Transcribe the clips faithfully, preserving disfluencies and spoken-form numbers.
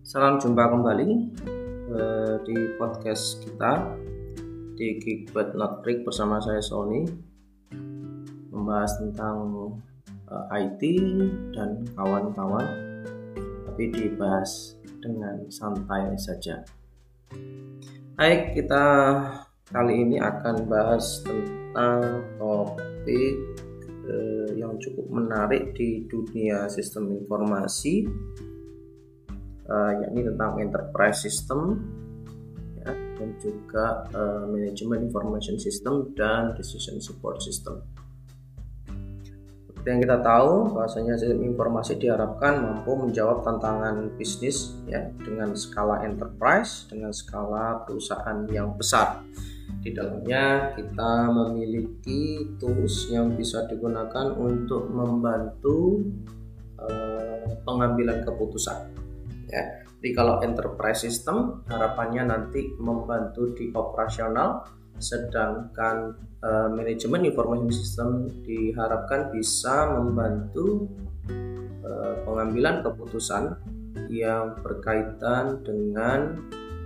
Salam jumpa kembali eh, di podcast kita di Geek But Not Freak bersama saya Sony, membahas tentang eh, I T dan kawan-kawan, tapi dibahas dengan santai saja. Baik, kita kali ini akan bahas tentang topik eh, yang cukup menarik di dunia sistem informasi, Uh, yakni tentang enterprise system, ya, dan juga uh, manajemen information system dan decision support system. Seperti yang kita tahu, bahwasanya sistem informasi diharapkan mampu menjawab tantangan bisnis, ya, dengan skala enterprise, dengan skala perusahaan yang besar. Di dalamnya kita memiliki tools yang bisa digunakan untuk membantu uh, pengambilan keputusan. Ya, jadi kalau enterprise system harapannya nanti membantu di operasional, sedangkan uh, manajemen information system diharapkan bisa membantu uh, pengambilan keputusan yang berkaitan dengan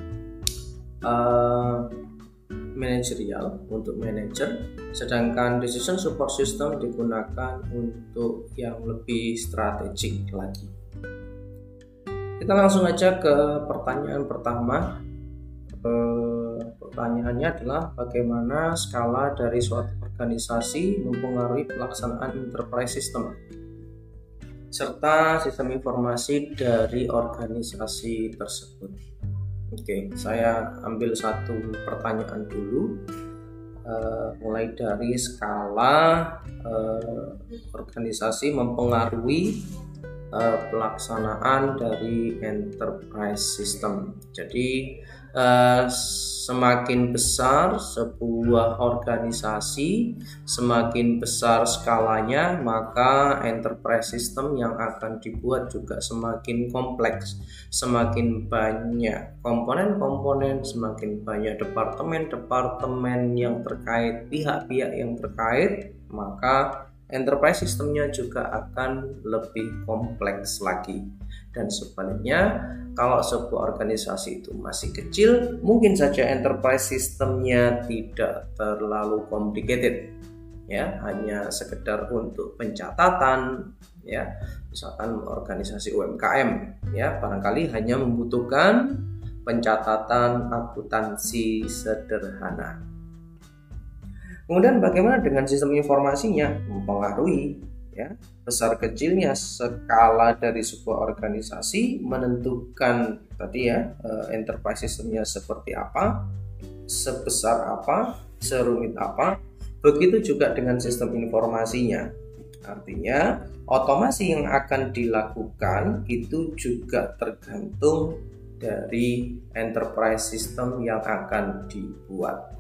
uh, manajerial untuk manajer, sedangkan decision support system digunakan untuk yang lebih strategik lagi. Kita langsung aja ke pertanyaan pertama. E, pertanyaannya adalah bagaimana skala dari suatu organisasi mempengaruhi pelaksanaan enterprise system serta sistem informasi dari organisasi tersebut. Oke, saya ambil satu pertanyaan dulu. E, mulai dari skala e, organisasi mempengaruhi Uh, pelaksanaan dari enterprise system. Jadi uh, semakin besar sebuah organisasi, semakin besar skalanya, maka enterprise system yang akan dibuat juga semakin kompleks, semakin banyak komponen-komponen, semakin banyak departemen-departemen yang terkait, pihak-pihak yang terkait, maka enterprise sistemnya juga akan lebih kompleks lagi. Dan sebaliknya, kalau sebuah organisasi itu masih kecil, mungkin saja enterprise sistemnya tidak terlalu complicated, ya, hanya sekedar untuk pencatatan, ya, misalkan organisasi U M K M, ya, barangkali hanya membutuhkan pencatatan akuntansi sederhana. Kemudian bagaimana dengan sistem informasinya? Mempengaruhi, ya, besar kecilnya skala dari sebuah organisasi menentukan tadi, ya, enterprise sistemnya seperti apa, sebesar apa, serumit apa. Begitu juga dengan sistem informasinya. Artinya otomasi yang akan dilakukan itu juga tergantung dari enterprise system yang akan dibuat.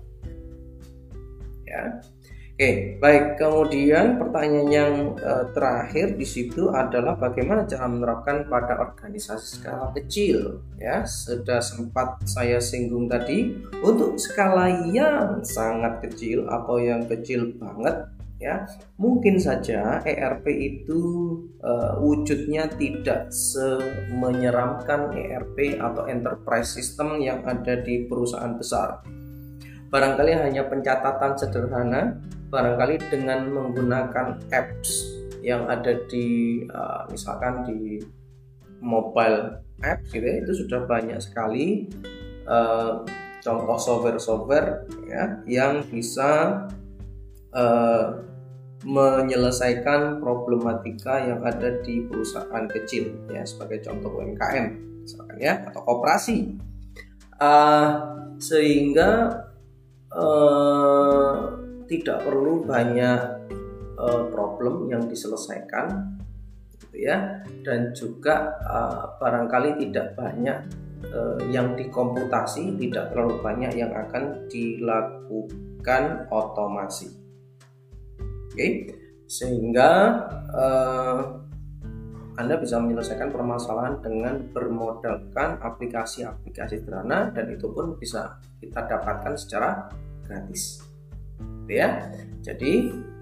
Ya. Oke, baik. Kemudian pertanyaan yang uh, terakhir di situ adalah bagaimana cara menerapkan pada organisasi skala kecil. Ya, sudah sempat saya singgung tadi. Untuk skala yang sangat kecil atau yang kecil banget, ya, mungkin saja E R P itu uh, wujudnya tidak semenyeramkan E R P atau enterprise system yang ada di perusahaan besar. Barangkali hanya pencatatan sederhana, barangkali dengan menggunakan apps yang ada di uh, misalkan di mobile apps gitu ya, itu sudah banyak sekali uh, contoh software-software, ya, yang bisa uh, menyelesaikan problematika yang ada di perusahaan kecil, ya, sebagai contoh U M K M misalkan, ya, atau koperasi, uh, sehingga Uh, tidak perlu banyak uh, problem yang diselesaikan, gitu ya, dan juga uh, barangkali tidak banyak uh, yang dikomputasi, tidak terlalu banyak yang akan dilakukan otomasi. Oke, okay? Sehingga uh, Anda bisa menyelesaikan permasalahan dengan bermodalkan aplikasi-aplikasi sederhana, dan itu pun bisa kita dapatkan secara gratis, ya. Jadi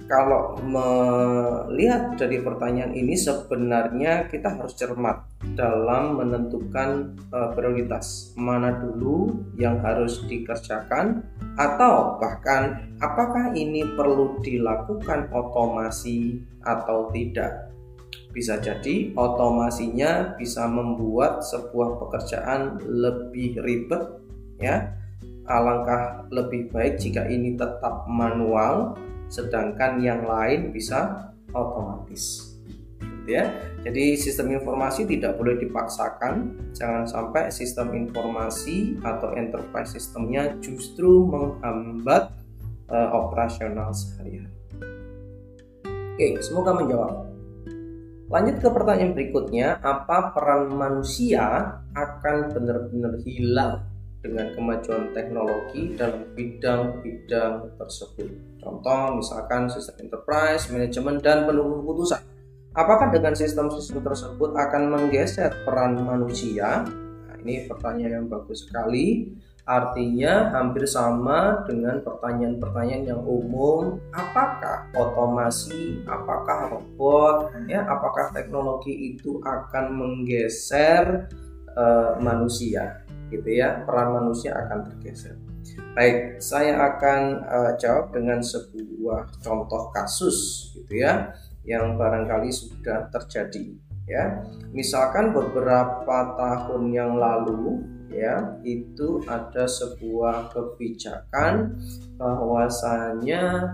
kalau melihat dari pertanyaan ini sebenarnya kita harus cermat dalam menentukan uh, prioritas mana dulu yang harus dikerjakan, atau bahkan apakah ini perlu dilakukan otomasi atau tidak. Bisa jadi otomasinya bisa membuat sebuah pekerjaan lebih ribet, ya. Alangkah lebih baik jika ini tetap manual, sedangkan yang lain bisa otomatis, gitu ya. Jadi sistem informasi tidak boleh dipaksakan. Jangan sampai sistem informasi atau enterprise sistemnya justru menghambat uh, operasional sehari-hari. Oke, semoga menjawab. Lanjut ke pertanyaan berikutnya, apa peran manusia akan benar-benar hilang dengan kemajuan teknologi dalam bidang-bidang tersebut? Contoh misalkan sistem enterprise, manajemen, dan penentuan keputusan. Apakah dengan sistem-sistem tersebut akan menggeser peran manusia? Nah, ini pertanyaan yang bagus sekali. Artinya hampir sama dengan pertanyaan-pertanyaan yang umum. Apakah otomasi, apakah robot, ya, apakah teknologi itu akan menggeser uh, manusia? Gitu ya, peran manusia akan tergeser. Baik, saya akan uh, jawab dengan sebuah contoh kasus, gitu ya, yang barangkali sudah terjadi, ya. Misalkan beberapa tahun yang lalu, ya, itu ada sebuah kebijakan bahwasanya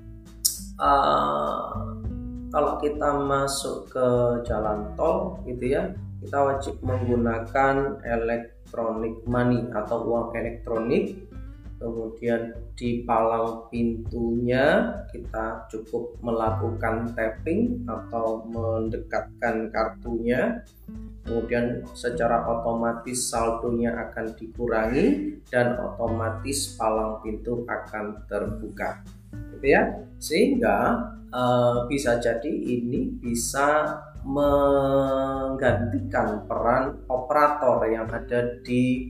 uh, kalau kita masuk ke jalan tol, gitu ya, kita wajib menggunakan electronic money atau uang elektronik. Kemudian di palang pintunya kita cukup melakukan tapping atau mendekatkan kartunya. Kemudian secara otomatis saldonya akan dikurangi dan otomatis palang pintu akan terbuka, gitu ya. Sehingga uh, bisa jadi ini bisa menggantikan peran operator yang ada di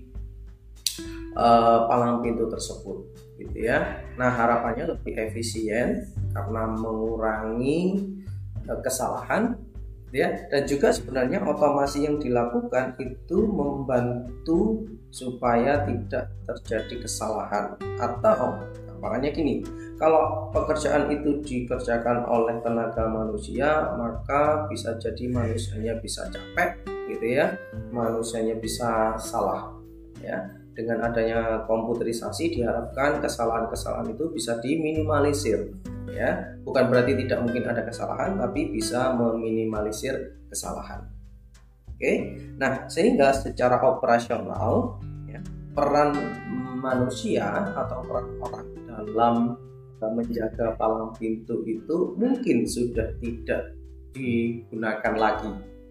uh, palang pintu tersebut, gitu ya. Nah, harapannya lebih efisien karena mengurangi uh, kesalahan, ya. Dan juga sebenarnya otomasi yang dilakukan itu membantu supaya tidak terjadi kesalahan. Atau makanya gini, kalau pekerjaan itu dikerjakan oleh tenaga manusia, maka bisa jadi manusianya bisa capek, gitu ya, manusianya bisa salah, ya. Dengan adanya komputerisasi diharapkan kesalahan-kesalahan itu bisa diminimalisir, ya. Bukan berarti tidak mungkin ada kesalahan, tapi bisa meminimalisir kesalahan. Oke, nah sehingga secara operasional, ya, peran manusia atau peran orang dalam menjaga palang pintu itu mungkin sudah tidak digunakan lagi,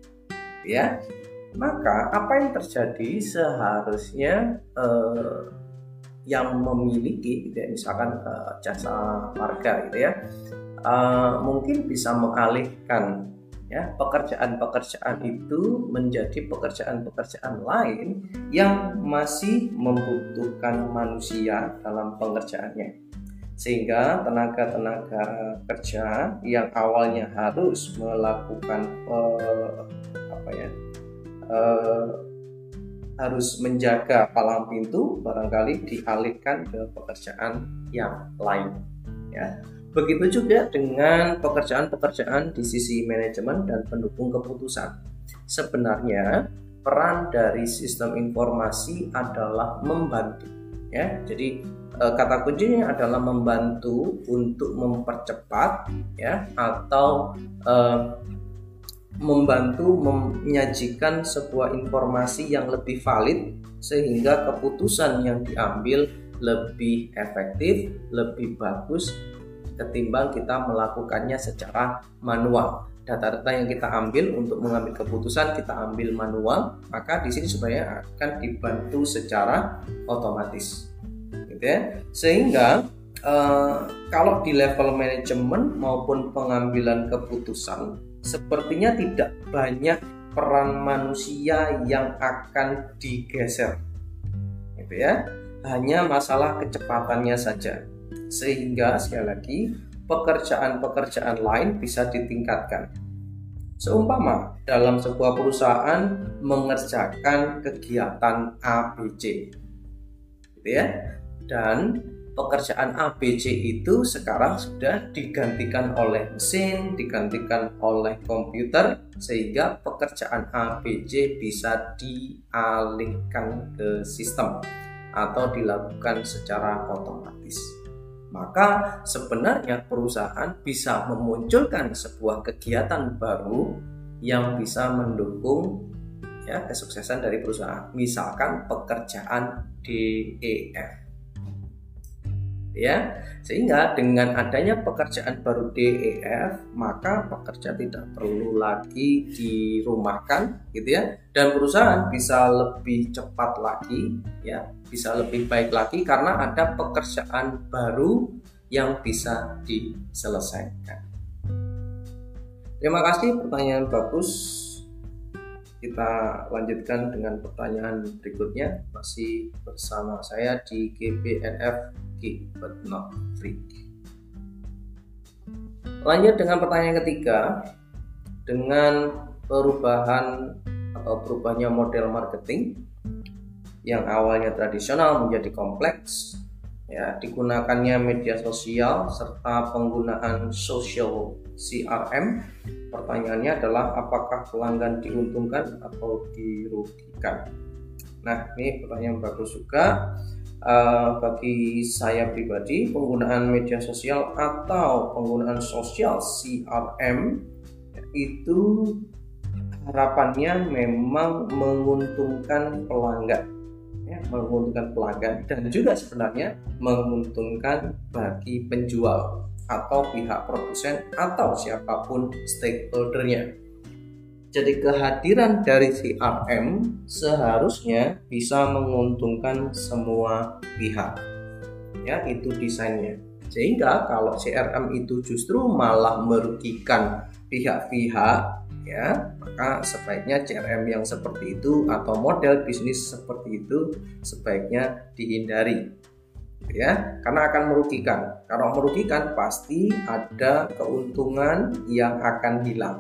ya. Maka apa yang terjadi seharusnya eh, yang memiliki, gitu ya, misalkan eh, jasa marga, gitu ya, eh, mungkin bisa mengalihkan, ya, pekerjaan-pekerjaan itu menjadi pekerjaan-pekerjaan lain yang masih membutuhkan manusia dalam pengerjaannya. Sehingga tenaga-tenaga kerja yang awalnya harus melakukan eh, apa ya eh, harus menjaga palang pintu barangkali dialihkan ke pekerjaan yang lain, ya. Begitu juga dengan pekerjaan-pekerjaan di sisi manajemen dan pendukung keputusan. Sebenarnya peran dari sistem informasi adalah membantu, ya. Jadi kata kuncinya adalah membantu untuk mempercepat, ya, atau eh, membantu menyajikan sebuah informasi yang lebih valid sehingga keputusan yang diambil lebih efektif, lebih bagus ketimbang kita melakukannya secara manual. Data-data yang kita ambil untuk mengambil keputusan kita ambil manual, maka di sini sebenarnya akan dibantu secara otomatis, gitu ya. Sehingga eh, kalau di level manajemen maupun pengambilan keputusan sepertinya tidak banyak peran manusia yang akan digeser, gitu ya. Hanya masalah kecepatannya saja. Sehingga sekali lagi pekerjaan-pekerjaan lain bisa ditingkatkan. Seumpama dalam sebuah perusahaan mengerjakan kegiatan A B C, gitu ya, dan pekerjaan A B C itu sekarang sudah digantikan oleh mesin, digantikan oleh komputer, sehingga pekerjaan A B C bisa dialihkan ke sistem atau dilakukan secara otomatis. Maka sebenarnya perusahaan bisa memunculkan sebuah kegiatan baru yang bisa mendukung ya kesuksesan dari perusahaan. Misalkan pekerjaan D E F. Ya, sehingga dengan adanya pekerjaan baru D E F, maka pekerja tidak perlu lagi dirumahkan, gitu ya, dan perusahaan bisa lebih cepat lagi, ya, bisa lebih baik lagi karena ada pekerjaan baru yang bisa diselesaikan. Terima kasih, pertanyaan bagus. Kita lanjutkan dengan pertanyaan berikutnya, masih bersama saya di G B N F but not freak. Lanjut dengan pertanyaan ketiga, dengan perubahan atau perubahannya model marketing yang awalnya tradisional menjadi kompleks, ya, digunakannya media sosial serta penggunaan social C R M. Pertanyaannya adalah apakah pelanggan diuntungkan atau dirugikan? Nah, ini pertanyaan bagus juga. Uh, bagi saya pribadi, penggunaan media sosial atau penggunaan social C R M itu harapannya memang menguntungkan pelanggan, ya, menguntungkan pelanggan dan juga sebenarnya menguntungkan bagi penjual atau pihak produsen atau siapapun stakeholdernya. Jadi kehadiran dari C R M seharusnya bisa menguntungkan semua pihak. Ya, itu desainnya. Sehingga kalau C R M itu justru malah merugikan pihak-pihak, ya, maka sebaiknya C R M yang seperti itu atau model bisnis seperti itu sebaiknya dihindari. Ya, karena akan merugikan. Kalau merugikan pasti ada keuntungan yang akan hilang.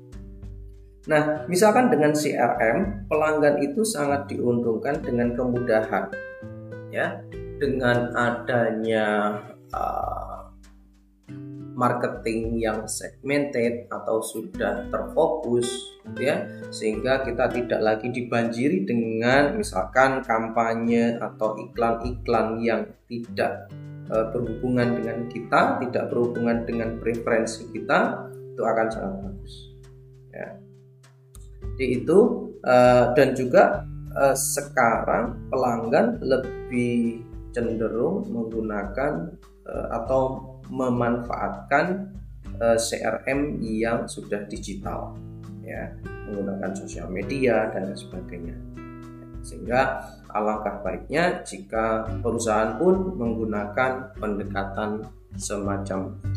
Nah, misalkan dengan C R M, pelanggan itu sangat diuntungkan dengan kemudahan, ya, dengan adanya uh, marketing yang segmented atau sudah terfokus, ya, sehingga kita tidak lagi dibanjiri dengan misalkan kampanye atau iklan-iklan yang tidak uh, berhubungan dengan kita, tidak berhubungan dengan preferensi kita, itu akan sangat bagus, ya. Jadi itu uh, dan juga uh, sekarang pelanggan lebih cenderung menggunakan uh, atau memanfaatkan uh, C R M yang sudah digital, ya, menggunakan sosial media dan sebagainya. Sehingga alangkah baiknya jika perusahaan pun menggunakan pendekatan semacam itu.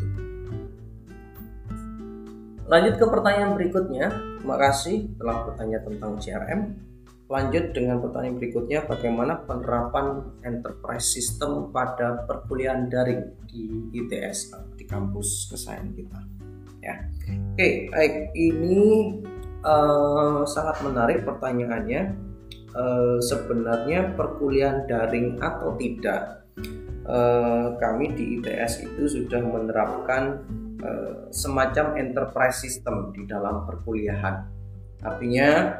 Lanjut ke pertanyaan berikutnya. Terima kasih telah bertanya tentang C R M. Lanjut dengan pertanyaan berikutnya, bagaimana penerapan enterprise system pada perkuliahan daring di I T S, di kampus kesayangan kita. Ya, oke, baik. Ini uh, sangat menarik pertanyaannya. Uh, sebenarnya perkuliahan daring atau tidak, uh, kami di I T S itu sudah menerapkan Uh, semacam enterprise system di dalam perkuliahan. Artinya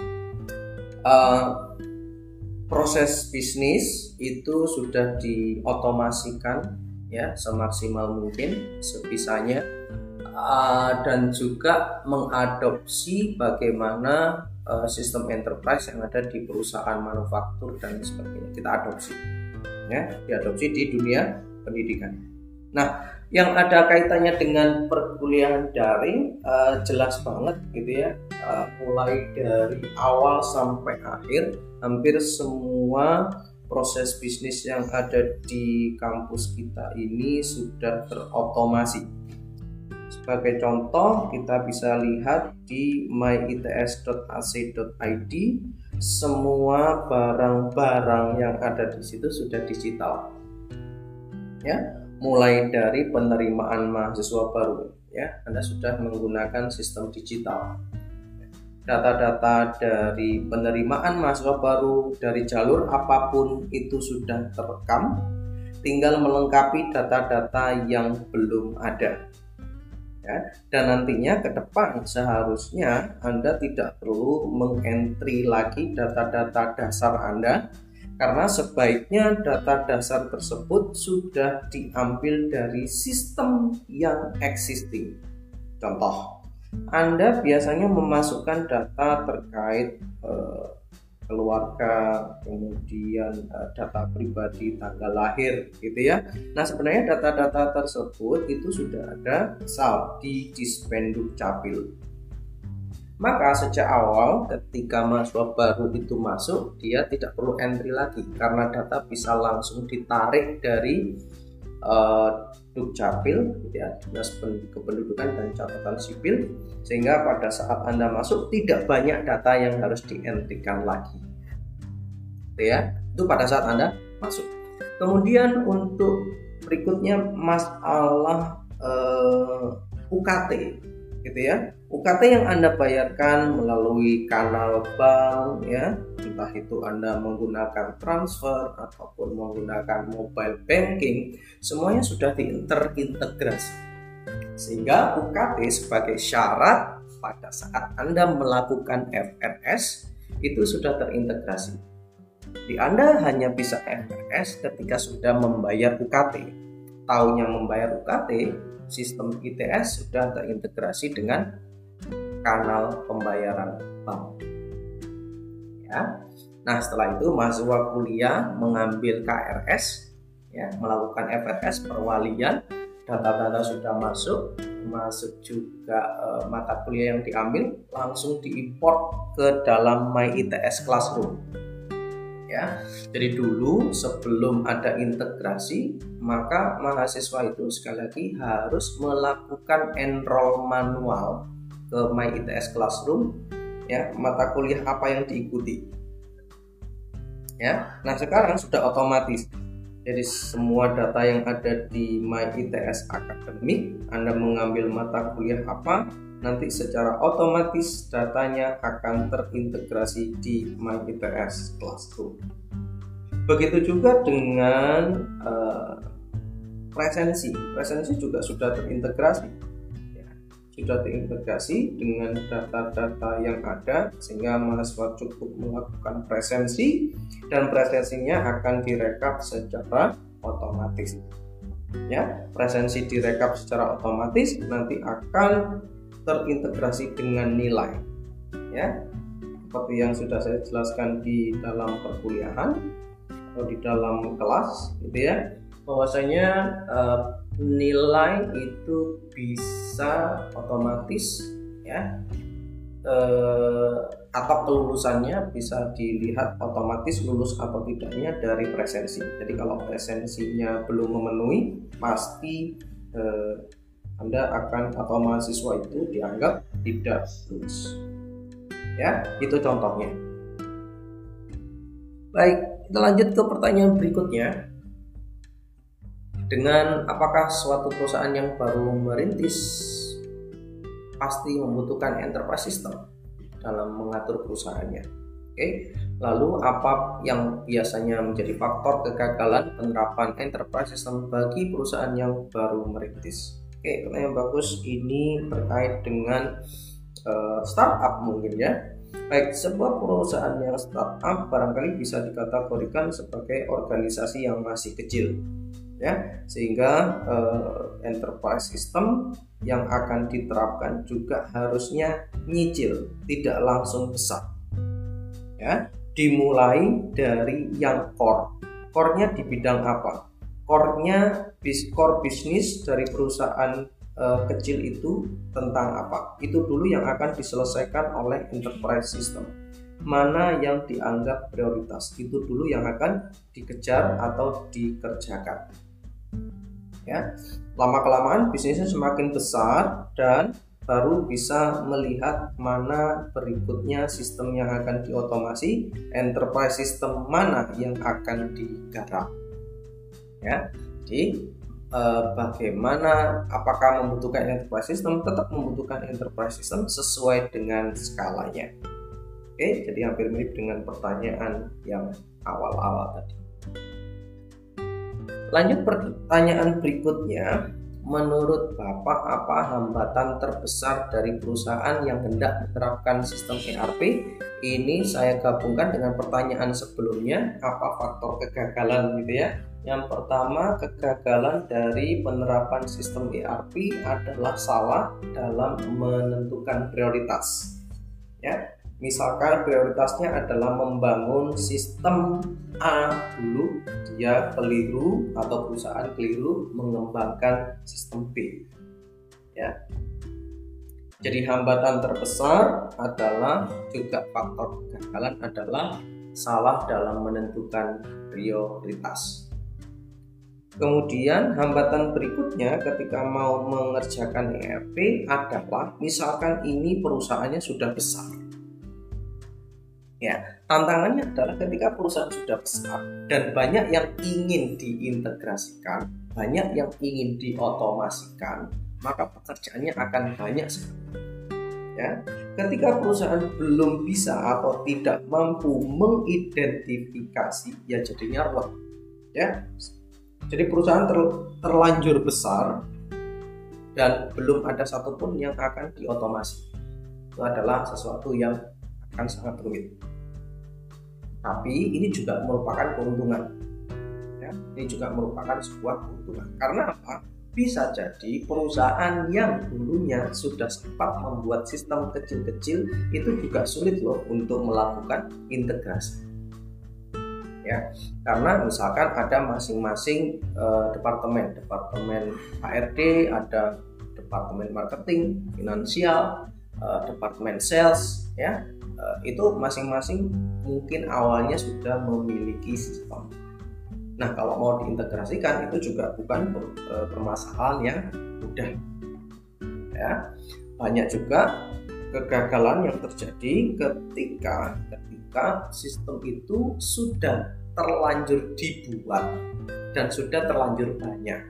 uh, proses bisnis itu sudah diotomasikan, ya, semaksimal mungkin sebisanya, uh, dan juga mengadopsi bagaimana uh, sistem enterprise yang ada di perusahaan manufaktur dan sebagainya. Kita adopsi, ya, diadopsi di dunia pendidikan. Nah, yang ada kaitannya dengan perkuliahan daring uh, jelas banget, gitu ya, uh, mulai dari awal sampai akhir hampir semua proses bisnis yang ada di kampus kita ini sudah terotomasi. Sebagai contoh, kita bisa lihat di my i t s dot a c dot i d, semua barang-barang yang ada di situ sudah digital, ya. mulai dari penerimaan mahasiswa baru, ya, Anda sudah menggunakan sistem digital. Data-data dari penerimaan mahasiswa baru dari jalur apapun itu sudah terekam, tinggal melengkapi data-data yang belum ada. Ya, dan nantinya ke depan seharusnya Anda tidak perlu mengentry lagi data-data dasar Anda, karena sebaiknya data dasar tersebut sudah diambil dari sistem yang existing. Contoh, Anda biasanya memasukkan data terkait eh, keluarga, kemudian eh, data pribadi, tanggal lahir, gitu ya. Nah, sebenarnya data-data tersebut itu sudah ada misal di Dispenduk Capil. Maka sejak awal ketika mahasiswa baru itu masuk, dia tidak perlu entry lagi karena data bisa langsung ditarik dari uh, Dukcapil, gitu ya, Dinas Kependudukan dan Catatan Sipil, sehingga pada saat Anda masuk tidak banyak data yang harus dientrykan lagi, gitu ya. Itu pada saat Anda masuk. Kemudian untuk berikutnya masalah uh, U K T, gitu ya. U K T yang Anda bayarkan melalui kanal bank, ya, entah itu Anda menggunakan transfer ataupun menggunakan mobile banking, semuanya sudah terintegrasi, sehingga U K T sebagai syarat pada saat Anda melakukan F R S itu sudah terintegrasi. Di Anda hanya bisa F R S ketika sudah membayar U K T. Taunya membayar U K T, sistem I T S sudah terintegrasi dengan kanal pembayaran bank, ya. Nah, setelah itu mahasiswa kuliah mengambil K R S, ya, melakukan F R S perwalian, data-data sudah masuk, masuk juga eh, mata kuliah yang diambil langsung diimport ke dalam My I T S Classroom, ya. Jadi dulu sebelum ada integrasi, maka mahasiswa itu sekali lagi harus melakukan enroll manual ke My I T S Classroom, ya, mata kuliah apa yang diikuti, ya. Nah, sekarang sudah otomatis. Jadi semua data yang ada di My I T S Akademik, Anda mengambil mata kuliah apa, nanti secara otomatis datanya akan terintegrasi di My I T S Classroom. Begitu juga dengan uh, presensi. Presensi juga sudah terintegrasi. Sudah terintegrasi dengan data-data yang ada, sehingga mahasiswa cukup melakukan presensi dan presensinya akan direkap secara otomatis, ya. Presensi direkap secara otomatis nanti akan terintegrasi dengan nilai, ya, seperti yang sudah saya jelaskan di dalam perkuliahan atau di dalam kelas, gitu ya, bahwasanya uh, nilai itu bisa otomatis, ya, eh, atau kelulusannya bisa dilihat otomatis lulus atau tidaknya dari presensi. Jadi kalau presensinya belum memenuhi, pasti eh, Anda akan atau mahasiswa itu dianggap tidak lulus, ya. Itu contohnya. Baik, kita lanjut ke pertanyaan berikutnya. Dengan apakah suatu perusahaan yang baru merintis pasti membutuhkan enterprise system dalam mengatur perusahaannya? Oke, lalu apa yang biasanya menjadi faktor kegagalan penerapan enterprise system bagi perusahaan yang baru merintis? Oke, pertanyaan bagus. Ini terkait dengan uh, startup mungkin, ya. Baik, sebuah perusahaan yang startup barangkali bisa dikategorikan sebagai organisasi yang masih kecil, ya, sehingga uh, enterprise system yang akan diterapkan juga harusnya nyicil, tidak langsung besar, ya. Dimulai dari yang core. Core-nya di bidang apa? Core-nya core bisnis dari perusahaan uh, kecil itu tentang apa? Itu dulu yang akan diselesaikan oleh enterprise system. Mana yang dianggap prioritas, itu dulu yang akan dikejar atau dikerjakan, ya. Lama-kelamaan bisnisnya semakin besar dan baru bisa melihat mana berikutnya sistem yang akan diotomasi, enterprise system mana yang akan digarap, ya. Jadi eh, bagaimana, apakah membutuhkan enterprise system? Tetap membutuhkan enterprise system sesuai dengan skalanya. Oke, jadi hampir mirip dengan pertanyaan yang awal-awal tadi. Lanjut pertanyaan berikutnya, menurut Bapak apa hambatan terbesar dari perusahaan yang hendak menerapkan sistem E R P? Ini saya gabungkan dengan pertanyaan sebelumnya, apa faktor kegagalan gitu ya. Yang pertama, kegagalan dari penerapan sistem E R P adalah salah dalam menentukan prioritas. Ya, misalkan prioritasnya adalah membangun sistem A dulu, dia keliru atau perusahaan keliru mengembangkan sistem B. Ya. Jadi hambatan terbesar adalah juga faktor kegagalan adalah salah dalam menentukan prioritas. Kemudian hambatan berikutnya ketika mau mengerjakan E R P adalah misalkan ini perusahaannya sudah besar. Ya, tantangannya adalah ketika perusahaan sudah besar dan banyak yang ingin diintegrasikan, banyak yang ingin diotomasikan, maka pekerjaannya akan banyak sekali. Ya, ketika perusahaan belum bisa atau tidak mampu mengidentifikasi, ya jadinya ruwet. Ya, jadi perusahaan ter, terlanjur besar dan belum ada satupun yang akan diotomasi. Itu adalah sesuatu yang akan sangat rumit. Tapi ini juga merupakan keuntungan. Ya, ini juga merupakan sebuah keuntungan. Karena apa? Bisa jadi perusahaan yang dulunya sudah sempat membuat sistem kecil-kecil itu juga sulit loh untuk melakukan integrasi. Ya, karena misalkan ada masing-masing uh, departemen, departemen H R D, ada departemen marketing, finansial, uh, departemen sales, ya. Uh, itu masing-masing mungkin awalnya sudah memiliki sistem. Nah, kalau mau diintegrasikan itu juga bukan uh, permasalahan yang mudah. Ya, banyak juga kegagalan yang terjadi ketika ketika sistem itu sudah terlanjur dibuat dan sudah terlanjur banyak.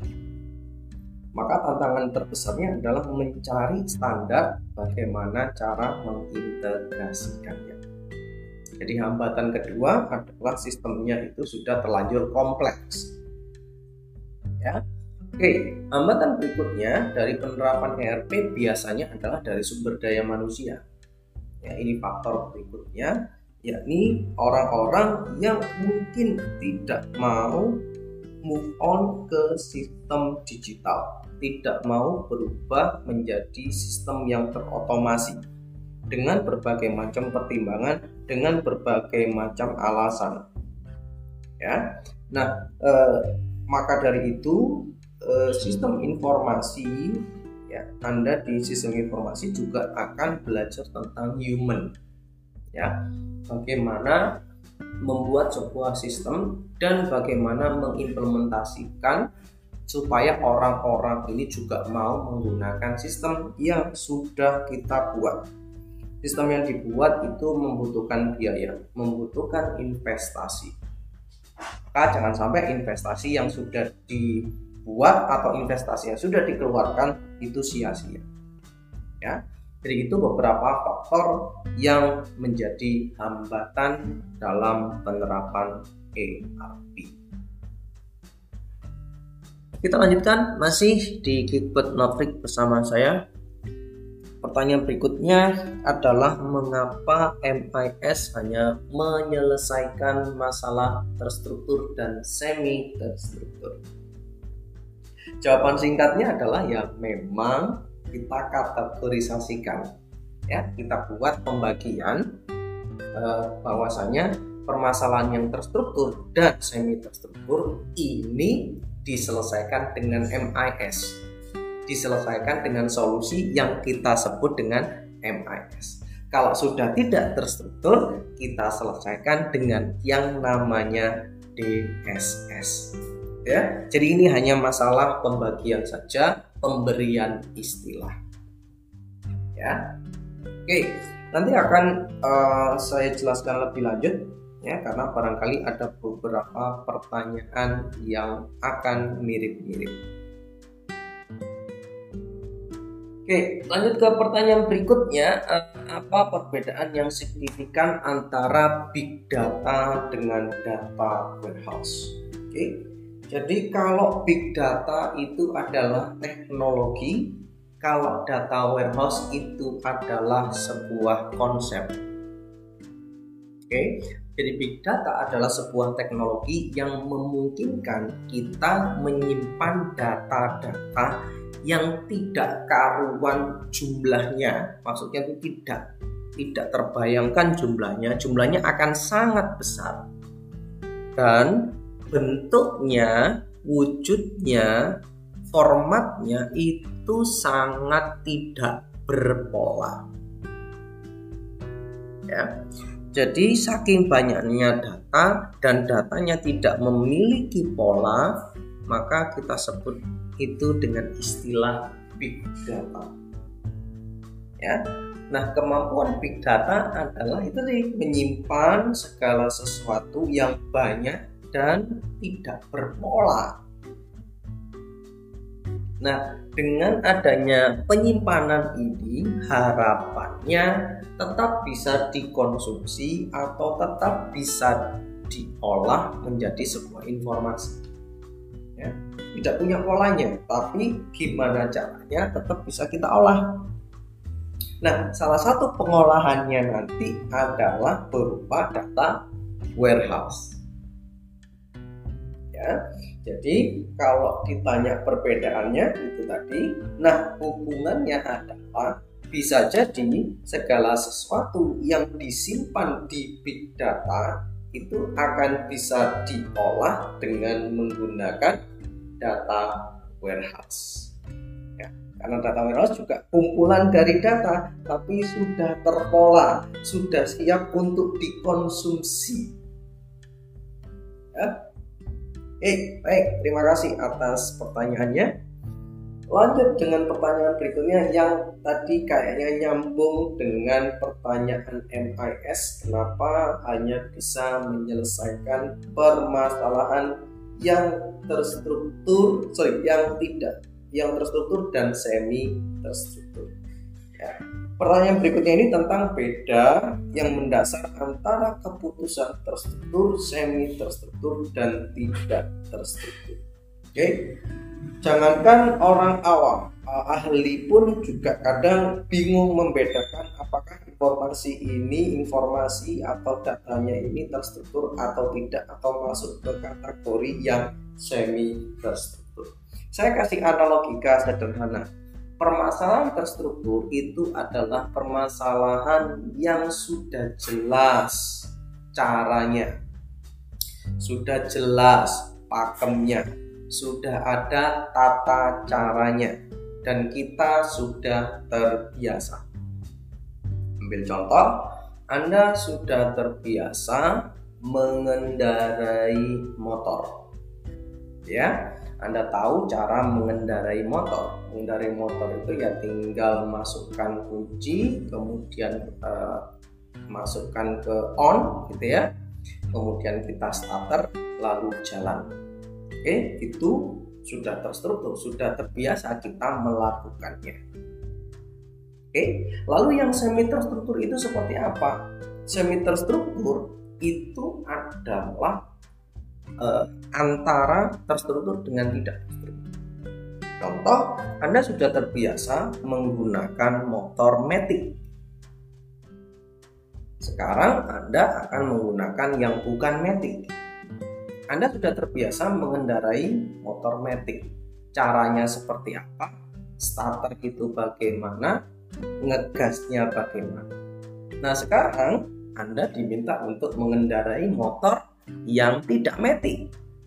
Maka tantangan terbesarnya adalah mencari standar bagaimana cara mengintegrasikannya. Jadi hambatan kedua adalah sistemnya itu sudah terlanjur kompleks. Ya. Oke, hambatan berikutnya dari penerapan E R P biasanya adalah dari sumber daya manusia. Ya, ini faktor berikutnya, yakni orang-orang yang mungkin tidak mau move on ke sistem digital, tidak mau berubah menjadi sistem yang terotomasi dengan berbagai macam pertimbangan, dengan berbagai macam alasan. Ya, nah eh, maka dari itu eh, sistem informasi, ya, Anda di sistem informasi juga akan belajar tentang human, ya, bagaimana membuat sebuah sistem dan bagaimana mengimplementasikan supaya orang-orang ini juga mau menggunakan sistem yang sudah kita buat. Sistem yang dibuat itu membutuhkan biaya, membutuhkan investasi. Maka jangan sampai investasi yang sudah dibuat atau investasi yang sudah dikeluarkan itu sia-sia. Ya. Jadi itu beberapa faktor yang menjadi hambatan dalam penerapan E R P. Kita lanjutkan masih di Geekbot Notrik bersama saya. Pertanyaan berikutnya adalah mengapa M I S hanya menyelesaikan masalah terstruktur dan semi terstruktur? Jawaban singkatnya adalah ya memang kita kategorisasikan, ya, kita buat pembagian eh, bahwasanya permasalahan yang terstruktur dan semi terstruktur ini diselesaikan dengan M I S, diselesaikan dengan solusi yang kita sebut dengan M I S. Kalau sudah tidak terstruktur, kita selesaikan dengan yang namanya D S S. Ya, jadi ini hanya masalah pembagian saja, pemberian istilah. Ya, oke. Nanti akan uh, saya jelaskan lebih lanjut ya, karena barangkali ada beberapa pertanyaan yang akan mirip-mirip. Oke, lanjut ke pertanyaan berikutnya. Apa perbedaan yang signifikan antara big data dengan data warehouse? Oke, jadi kalau big data itu adalah teknologi, kalau data warehouse itu adalah sebuah konsep. Oke, jadi big data adalah sebuah teknologi yang memungkinkan kita menyimpan data-data yang tidak karuan jumlahnya, maksudnya itu tidak tidak terbayangkan jumlahnya, jumlahnya akan sangat besar dan bentuknya, wujudnya, formatnya itu sangat tidak berpola. Ya. Jadi saking banyaknya data dan datanya tidak memiliki pola, maka kita sebut itu dengan istilah big data. Ya. Nah, kemampuan big data adalah itu nih, menyimpan segala sesuatu yang banyak dan tidak berpola. Nah, dengan adanya penyimpanan ini, harapannya tetap bisa dikonsumsi atau tetap bisa diolah menjadi sebuah informasi. Ya, tidak punya polanya, tapi gimana caranya tetap bisa kita olah. Nah, salah satu pengolahannya nanti adalah berupa data warehouse. Ya, jadi kalau ditanya perbedaannya itu tadi, nah hubungannya adalah bisa jadi segala sesuatu yang disimpan di big data itu akan bisa diolah dengan menggunakan data warehouse. Ya, karena data warehouse juga kumpulan dari data, tapi sudah terpola, sudah siap untuk dikonsumsi. Ya. Eh, baik, terima kasih atas pertanyaannya. Lanjut dengan pertanyaan berikutnya yang tadi kayaknya nyambung dengan pertanyaan M I S. Kenapa hanya bisa menyelesaikan permasalahan yang terstruktur, sorry, yang tidak, yang terstruktur dan semi terstruktur. Ya. Pertanyaan berikutnya ini tentang beda yang mendasar antara keputusan terstruktur, semi terstruktur, dan tidak terstruktur. Oke. Okay. Jangankan orang awam, ahli pun juga kadang bingung membedakan apakah informasi ini, informasi atau datanya ini terstruktur atau tidak, atau masuk ke kategori yang semi terstruktur. Saya kasih analogika sederhana. Permasalahan terstruktur itu adalah permasalahan yang sudah jelas caranya, sudah jelas pakemnya, sudah ada tata caranya, dan kita sudah terbiasa. Ambil contoh, Anda sudah terbiasa mengendarai motor. Ya, Anda tahu cara mengendarai motor. Mengendarai motor itu ya tinggal masukkan kunci, kemudian eh, masukkan ke on gitu ya. Kemudian kita starter lalu jalan. Oke, itu sudah terstruktur, sudah terbiasa kita melakukannya. Oke, lalu yang semi terstruktur itu seperti apa? Semi terstruktur itu adalah eh, antara terstruktur dengan tidak terstruktur. Contoh, Anda sudah terbiasa menggunakan motor matic. Sekarang Anda akan menggunakan yang bukan matic. Anda sudah terbiasa mengendarai motor matic. Caranya seperti apa? Starter itu bagaimana? Ngegasnya bagaimana? Nah, sekarang Anda diminta untuk mengendarai motor yang tidak matic.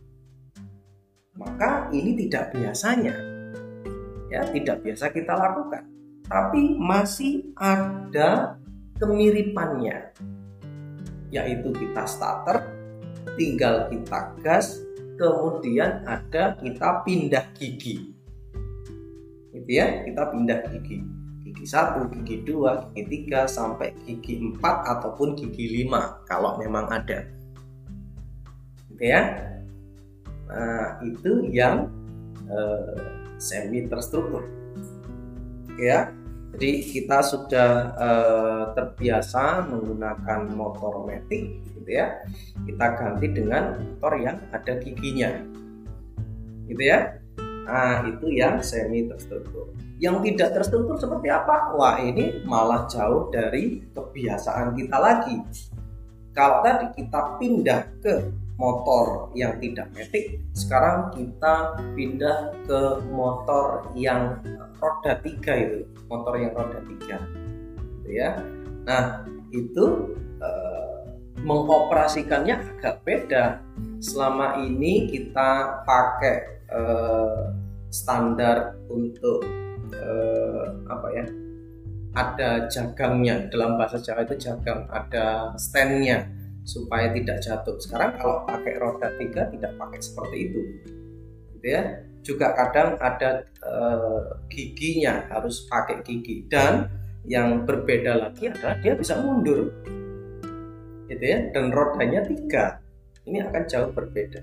Maka ini tidak biasanya. Ya, tidak biasa kita lakukan. Tapi masih ada kemiripannya. Yaitu kita starter, tinggal kita gas, kemudian ada kita pindah gigi, gitu ya, kita pindah gigi, gigi satu, gigi dua, gigi tiga, sampai gigi empat ataupun gigi lima kalau memang ada. gitu ya. Nah, itu yang uh, semi terstruktur, ya. Jadi kita sudah uh, terbiasa menggunakan motor matic, gitu ya. Kita ganti dengan motor yang ada giginya, gitu ya. Nah, itu yang semi terstruktur. Yang tidak terstruktur seperti apa? Wah, ini malah jauh dari kebiasaan kita lagi. Kalau tadi kita pindah ke motor yang tidak matic, sekarang kita pindah ke motor yang roda tiga itu, motor yang roda tiga, gitu ya. Nah, itu eh, mengoperasikannya agak beda. Selama ini kita pakai eh, standar untuk eh, apa ya? Ada jagangnya, dalam bahasa Jawa itu jagang, ada standnya supaya tidak jatuh. Sekarang kalau pakai roda tiga tidak pakai seperti itu, gitu ya. Juga kadang ada eh, giginya, harus pakai gigi, dan yang berbeda lagi adalah dia bisa mundur, gitu ya, dan rodanya tiga. Ini akan jauh berbeda.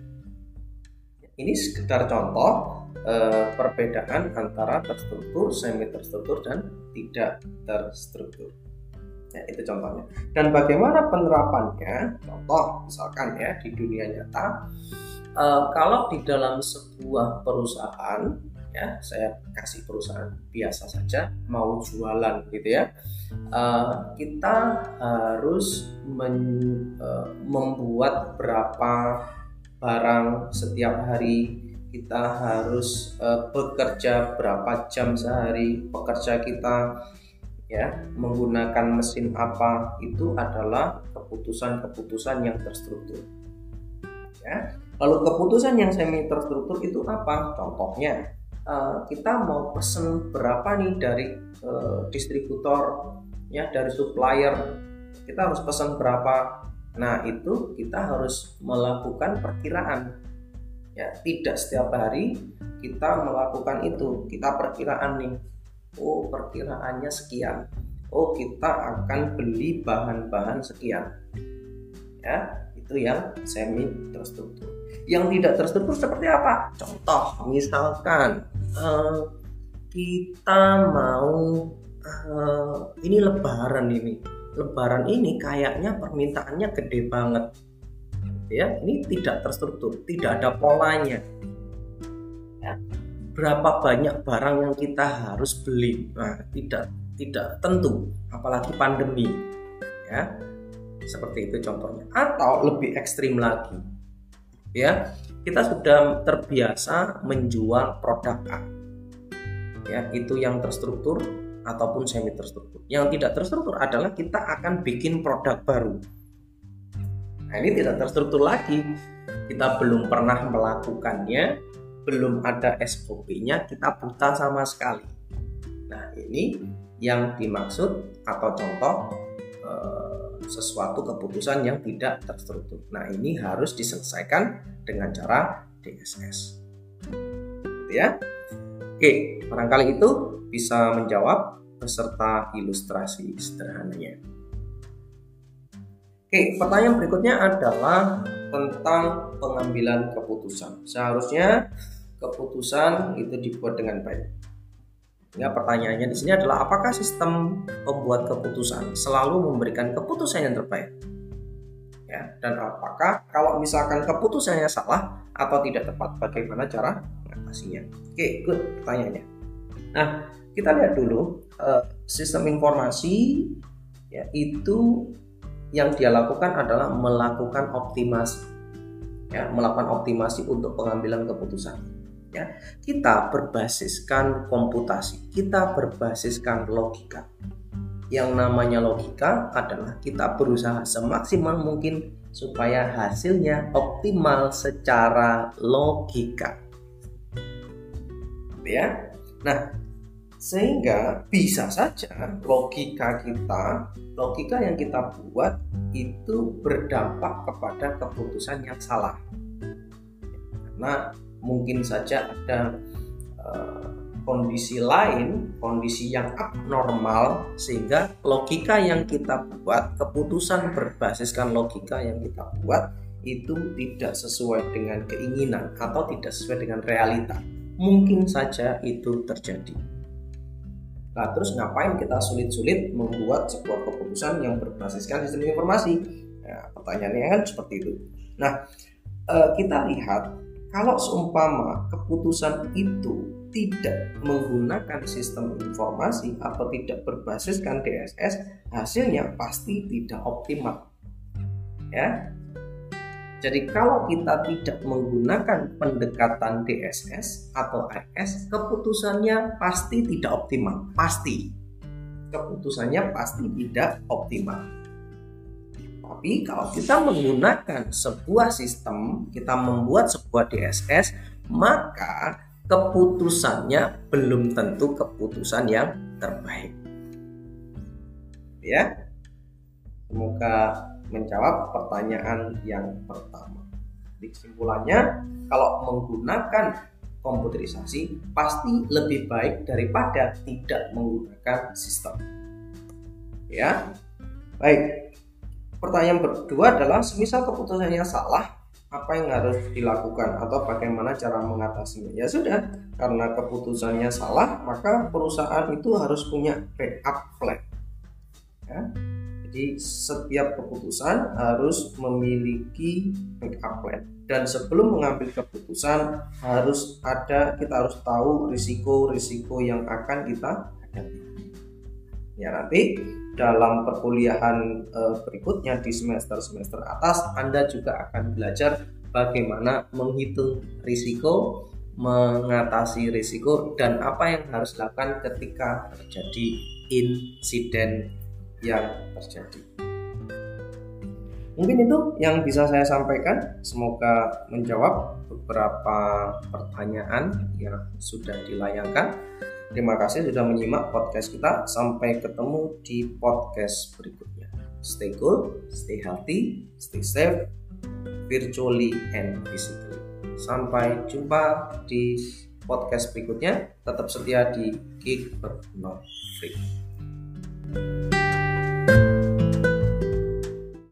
Ini sekedar contoh eh, perbedaan antara terstruktur, semi terstruktur, dan tidak terstruktur. Ya, itu contohnya. Dan bagaimana penerapannya? Contoh misalkan ya di dunia nyata, eh, kalau di dalam sebuah perusahaan, ya saya kasih perusahaan biasa saja, mau jualan gitu ya, eh, kita harus men, eh, membuat berapa barang setiap hari, kita harus uh, bekerja berapa jam sehari, pekerja kita ya menggunakan mesin apa, itu adalah keputusan-keputusan yang terstruktur, ya. Lalu keputusan yang semi terstruktur itu apa? Contohnya uh, kita mau pesen berapa nih dari uh, distributor, ya, dari supplier, kita harus pesan berapa. Nah, itu kita harus melakukan perkiraan, ya. Tidak setiap hari kita melakukan itu, kita perkiraan nih, oh perkiraannya sekian, oh kita akan beli bahan-bahan sekian, ya. Itu yang semi terstruktur. Yang tidak terstruktur seperti apa? Contoh misalkan uh, kita mau uh, ini lebaran ini Lebaran ini kayaknya permintaannya gede banget, ya. Ini tidak terstruktur, tidak ada polanya, ya. Berapa banyak barang yang kita harus beli? Nah, tidak tidak tentu, apalagi pandemi, ya. Seperti itu contohnya. Atau lebih ekstrim lagi, ya, kita sudah terbiasa menjual produk A, ya, itu yang terstruktur ataupun semi terstruktur. Yang tidak terstruktur adalah kita akan bikin produk baru. Nah, ini tidak terstruktur lagi. Kita belum pernah melakukannya, belum ada S O P-nya, kita buta sama sekali. Nah, ini yang dimaksud atau contoh eh, sesuatu keputusan yang tidak terstruktur. Nah, ini harus diselesaikan dengan cara D S S. Gitu ya. Oke, barangkali itu bisa menjawab beserta ilustrasi sederhananya. Oke, pertanyaan berikutnya adalah tentang pengambilan keputusan. Seharusnya keputusan itu dibuat dengan baik. Ya, pertanyaannya di sini adalah apakah sistem pembuat keputusan selalu memberikan keputusan yang terbaik? Ya, dan apakah kalau misalkan keputusannya salah atau tidak tepat, bagaimana cara mengatasinya? Oke, good pertanyaannya. Nah, kita lihat dulu uh, sistem informasi, ya, itu yang dia lakukan adalah melakukan optimasi, ya, melakukan optimasi untuk pengambilan keputusan. Ya, kita berbasiskan komputasi, kita berbasiskan logika. Yang namanya logika adalah kita berusaha semaksimal mungkin supaya hasilnya optimal secara logika, ya. Nah, sehingga bisa saja logika kita, logika yang kita buat itu berdampak kepada keputusan yang salah. Karena mungkin saja ada uh, kondisi lain, kondisi yang abnormal, sehingga logika yang kita buat, keputusan berbasiskan logika yang kita buat itu tidak sesuai dengan keinginan atau tidak sesuai dengan realita. Mungkin saja itu terjadi. Nah, terus ngapain kita sulit-sulit membuat sebuah keputusan yang berbasiskan sistem informasi? Nah, pertanyaannya kan seperti itu. Nah, eh, kita lihat kalau seumpama keputusan itu tidak menggunakan sistem informasi atau tidak berbasiskan D S S, hasilnya pasti tidak optimal. Ya. Jadi kalau kita tidak menggunakan pendekatan D S S atau I S, keputusannya pasti tidak optimal. Pasti. Keputusannya pasti tidak optimal. Tapi kalau kita menggunakan sebuah sistem, kita membuat sebuah D S S, maka keputusannya belum tentu keputusan yang terbaik. Ya. Semoga menjawab pertanyaan yang pertama. Jadi kesimpulannya, kalau menggunakan komputerisasi pasti lebih baik daripada tidak menggunakan sistem. Ya, baik. Pertanyaan kedua adalah, semisal keputusannya salah, apa yang harus dilakukan atau bagaimana cara mengatasinya? Ya sudah, karena keputusannya salah, maka perusahaan itu harus punya backup plan. Ya. Jadi setiap keputusan harus memiliki backup plan, dan sebelum mengambil keputusan harus ada kita harus tahu risiko-risiko yang akan kita hadapi. Ya, nanti dalam perkuliahan e, berikutnya di semester-semester atas Anda juga akan belajar bagaimana menghitung risiko, mengatasi risiko, dan apa yang harus dilakukan ketika terjadi insiden yang terjadi. Mungkin itu yang bisa saya sampaikan. Semoga menjawab beberapa pertanyaan yang sudah dilayangkan. Terima kasih sudah menyimak podcast kita. Sampai ketemu di podcast berikutnya. Stay cool, stay healthy, stay safe, virtually and physically. Sampai jumpa di podcast berikutnya. Tetap setia di Geek But Not Freak.